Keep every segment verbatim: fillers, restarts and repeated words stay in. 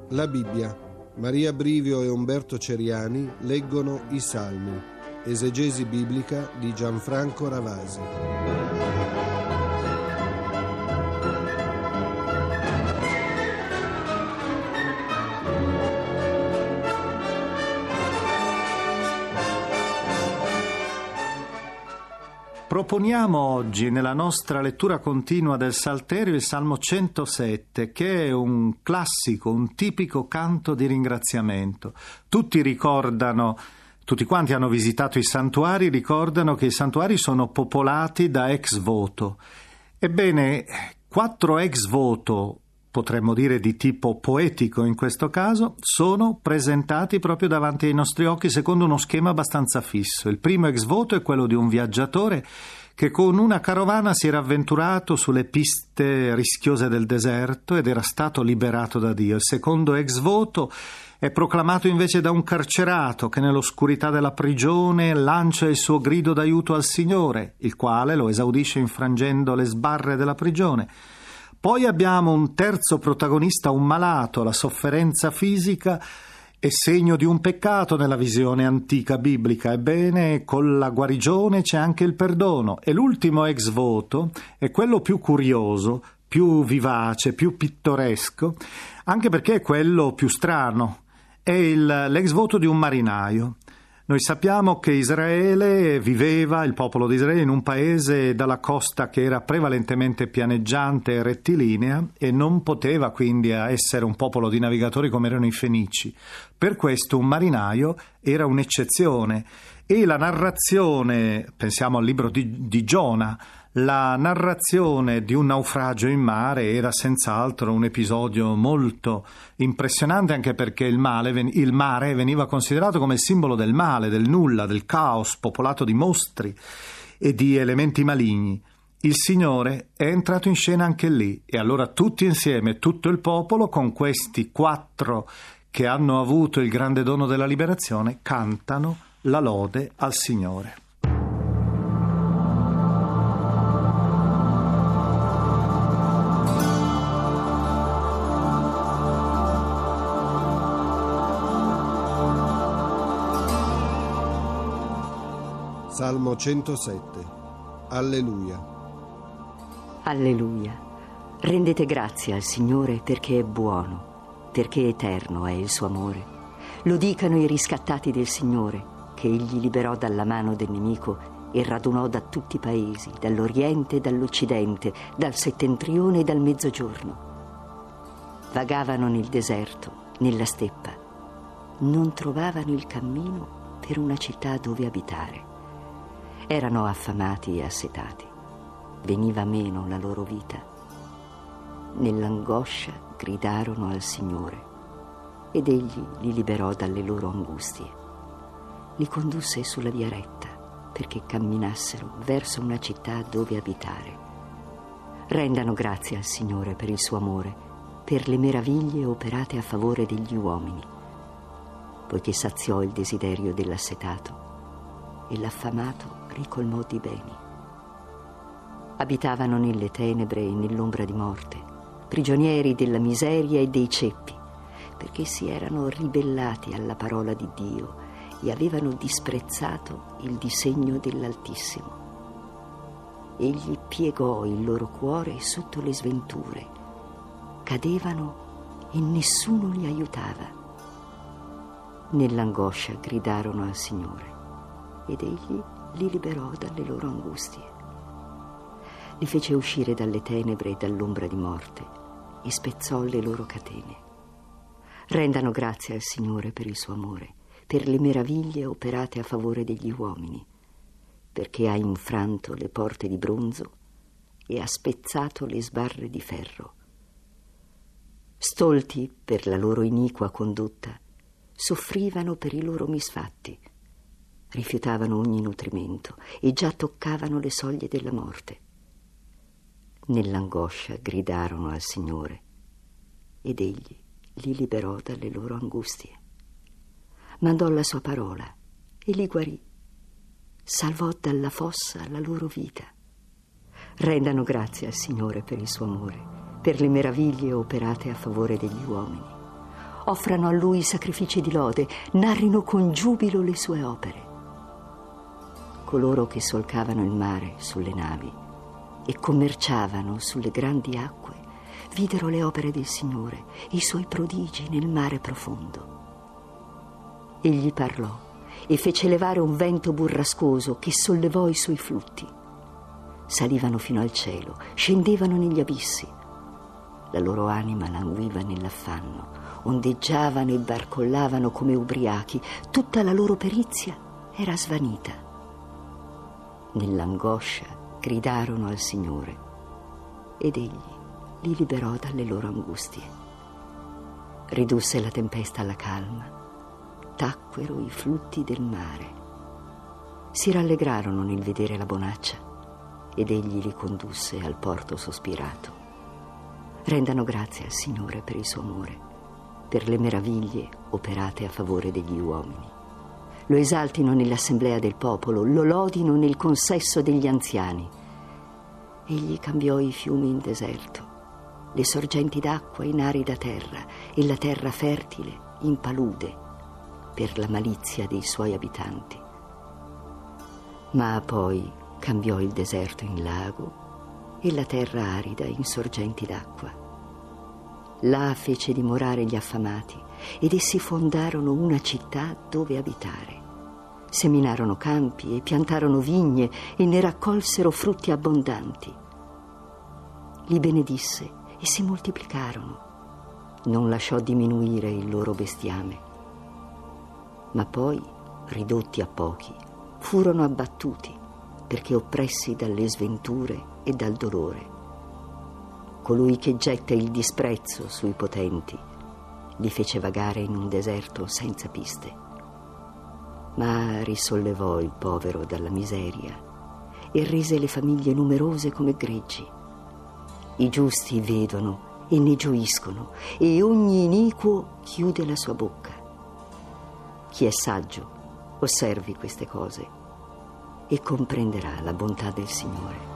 La Bibbia. Maria Brivio e Umberto Ceriani leggono i Salmi. Esegesi biblica di Gianfranco Ravasi. Proponiamo oggi nella nostra lettura continua del Salterio il Salmo centosette, che è un classico, un tipico canto di ringraziamento. Tutti ricordano, tutti quanti hanno visitato i santuari, ricordano che i santuari sono popolati da ex voto. Ebbene, quattro ex voto, potremmo dire di tipo poetico in questo caso, sono presentati proprio davanti ai nostri occhi secondo uno schema abbastanza fisso. Il primo ex voto è quello di un viaggiatore che con una carovana si era avventurato sulle piste rischiose del deserto ed era stato liberato da Dio. Il secondo ex voto è proclamato invece da un carcerato che nell'oscurità della prigione lancia il suo grido d'aiuto al Signore, il quale lo esaudisce infrangendo le sbarre della prigione. Poi abbiamo un terzo protagonista, un malato. La sofferenza fisica è segno di un peccato nella visione antica biblica. Ebbene, con la guarigione c'è anche il perdono. E l'ultimo ex voto è quello più curioso, più vivace, più pittoresco, anche perché è quello più strano. È il, l'ex voto di un marinaio. Noi sappiamo che Israele viveva, il popolo di Israele, in un paese dalla costa che era prevalentemente pianeggiante e rettilinea e non poteva quindi essere un popolo di navigatori come erano i Fenici. Per questo un marinaio era un'eccezione e la narrazione, pensiamo al libro di, di Giona, la narrazione di un naufragio in mare era senz'altro un episodio molto impressionante, anche perché il, male, il mare veniva considerato come il simbolo del male, del nulla, del caos popolato di mostri e di elementi maligni. Il Signore è entrato in scena anche lì e allora tutti insieme, tutto il popolo, con questi quattro che hanno avuto il grande dono della liberazione, cantano la lode al Signore. Salmo centosette. Alleluia. Alleluia. Rendete grazie al Signore perché è buono, perché eterno è il suo amore. Lo dicano i riscattati del Signore, che egli liberò dalla mano del nemico e radunò da tutti i paesi, dall'Oriente e dall'Occidente, dal settentrione e dal mezzogiorno. Vagavano nel deserto, nella steppa. Non trovavano il cammino per una città dove abitare. Erano affamati e assetati. Veniva meno la loro vita. Nell'angoscia gridarono al Signore ed egli li liberò dalle loro angustie. Li condusse sulla via retta perché camminassero verso una città dove abitare. Rendano grazie al Signore per il suo amore, per le meraviglie operate a favore degli uomini, poiché saziò il desiderio dell'assetato e l'affamato ricolmò di beni. Abitavano nelle tenebre e nell'ombra di morte, prigionieri della miseria e dei ceppi, perché si erano ribellati alla parola di Dio e avevano disprezzato il disegno dell'Altissimo. Egli piegò il loro cuore sotto le sventure. Cadevano e nessuno li aiutava. Nell'angoscia gridarono al Signore ed egli li liberò dalle loro angustie. Li fece uscire dalle tenebre e dall'ombra di morte e spezzò le loro catene. Rendano grazie al Signore per il suo amore, per le meraviglie operate a favore degli uomini, perché ha infranto le porte di bronzo e ha spezzato le sbarre di ferro. Stolti per la loro iniqua condotta, soffrivano per i loro misfatti. Rifiutavano ogni nutrimento e già toccavano le soglie della morte. Nell'angoscia gridarono al Signore ed egli li liberò dalle loro angustie. Mandò la sua parola e li guarì. Salvò dalla fossa la loro vita. Rendano grazie al Signore per il suo amore, per le meraviglie operate a favore degli uomini. offrano a lui sacrifici di lode, narrino con giubilo le sue opere. Coloro che solcavano il mare sulle navi e commerciavano sulle grandi acque videro le opere del Signore, i suoi prodigi nel mare profondo. Egli parlò e fece levare un vento burrascoso che sollevò i suoi flutti. Salivano fino al cielo, scendevano negli abissi. La loro anima languiva nell'affanno, ondeggiavano e barcollavano come ubriachi. Tutta la loro perizia era svanita. Nell'angoscia gridarono al Signore ed egli li liberò dalle loro angustie. Ridusse la tempesta alla calma, tacquero i flutti del mare. Si rallegrarono nel vedere la bonaccia ed egli li condusse al porto sospirato. Rendano grazie al Signore per il suo amore, per le meraviglie operate a favore degli uomini. Lo esaltino nell'assemblea del popolo, lo lodino nel consesso degli anziani. Egli cambiò i fiumi in deserto, le sorgenti d'acqua in arida terra e la terra fertile in palude per la malizia dei suoi abitanti. Ma poi cambiò il deserto in lago e la terra arida in sorgenti d'acqua. Là fece dimorare gli affamati ed essi fondarono una città dove abitare. Seminarono campi e piantarono vigne e ne raccolsero frutti abbondanti. Li benedisse e si moltiplicarono. Non lasciò diminuire il loro bestiame. Ma poi, ridotti a pochi, furono abbattuti perché oppressi dalle sventure e dal dolore. Colui che getta il disprezzo sui potenti li fece vagare in un deserto senza piste. Ma risollevò il povero dalla miseria e rese le famiglie numerose come greggi. I giusti vedono e ne gioiscono e ogni iniquo chiude la sua bocca. Chi è saggio osservi queste cose e comprenderà la bontà del Signore.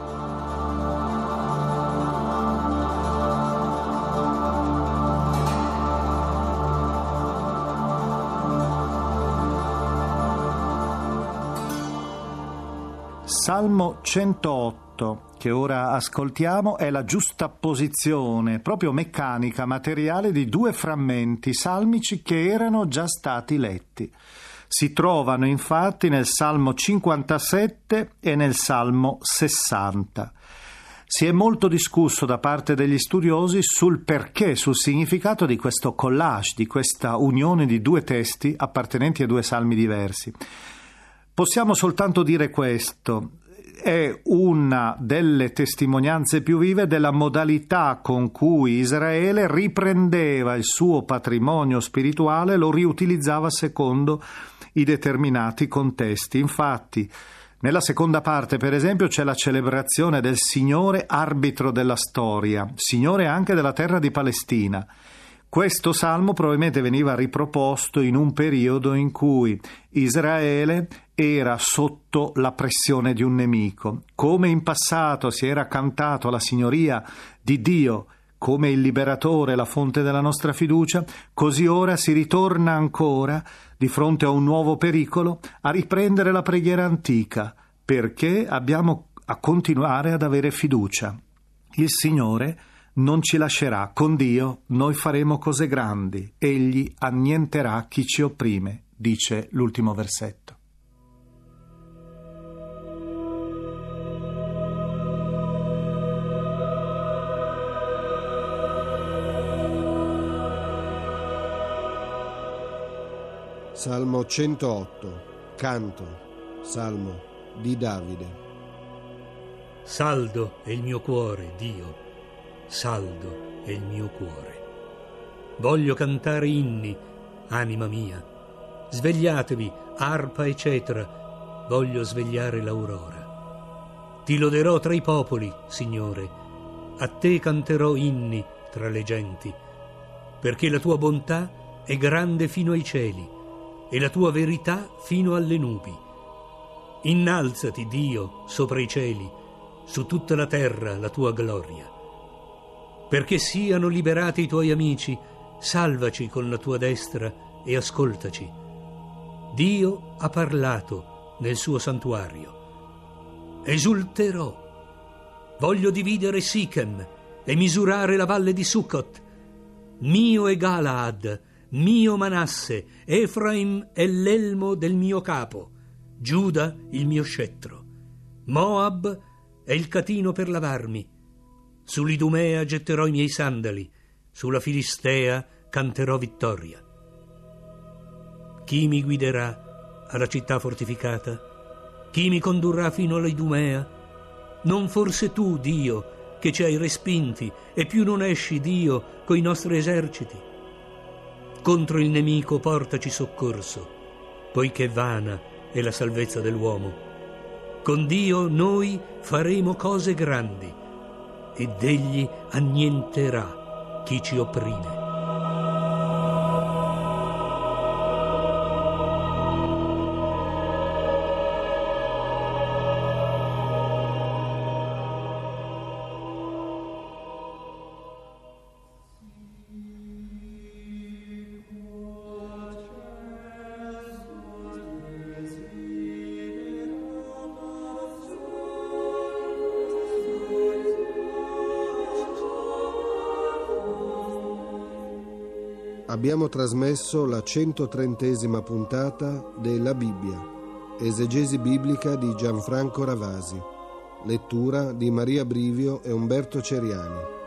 Salmo centootto, che ora ascoltiamo, è la giustapposizione proprio meccanica, materiale di due frammenti salmici che erano già stati letti. Si trovano infatti nel Salmo cinquantasette e nel Salmo sessanta. Si è molto discusso da parte degli studiosi sul perché, sul significato di questo collage, di questa unione di due testi appartenenti a due salmi diversi. Possiamo soltanto dire questo: è una delle testimonianze più vive della modalità con cui Israele riprendeva il suo patrimonio spirituale e lo riutilizzava secondo i determinati contesti. Infatti, nella seconda parte, per esempio, c'è la celebrazione del Signore arbitro della storia, Signore anche della terra di Palestina. Questo salmo probabilmente veniva riproposto in un periodo in cui Israele era sotto la pressione di un nemico. Come in passato si era cantato la signoria di Dio come il liberatore, la fonte della nostra fiducia, così ora si ritorna ancora di fronte a un nuovo pericolo a riprendere la preghiera antica, perché abbiamo a continuare ad avere fiducia. Il Signore non ci lascerà, con Dio noi faremo cose grandi, egli annienterà chi ci opprime, dice l'ultimo versetto. Salmo centootto, canto, salmo di Davide. Saldo è il mio cuore, Dio, saldo è il mio cuore. Voglio cantare inni, anima mia. Svegliatevi, arpa e cetera, voglio svegliare l'aurora. Ti loderò tra i popoli, Signore, a te canterò inni tra le genti, perché la tua bontà è grande fino ai cieli e la tua verità fino alle nubi. Innalzati, Dio, sopra i cieli, su tutta la terra la tua gloria. Perché siano liberati i tuoi amici, salvaci con la tua destra e ascoltaci. Dio ha parlato nel suo santuario. Esulterò. Voglio dividere Sichem e misurare la valle di Succot. Mio è Galaad, mio Manasse, Efraim è l'elmo del mio capo, Giuda il mio scettro. Moab è il catino per lavarmi. Sull'Idumea getterò i miei sandali, sulla Filistea canterò vittoria. Chi mi guiderà alla città fortificata? Chi mi condurrà fino all'Idumea? Non forse tu, Dio, che ci hai respinti, e più non esci, Dio, coi nostri eserciti? Contro il nemico portaci soccorso, poiché vana è la salvezza dell'uomo. Con Dio noi faremo cose grandi, ed egli annienterà chi ci opprime. Abbiamo trasmesso la centotrentesima puntata della Bibbia, esegesi biblica di Gianfranco Ravasi, lettura di Maria Brivio e Umberto Ceriani.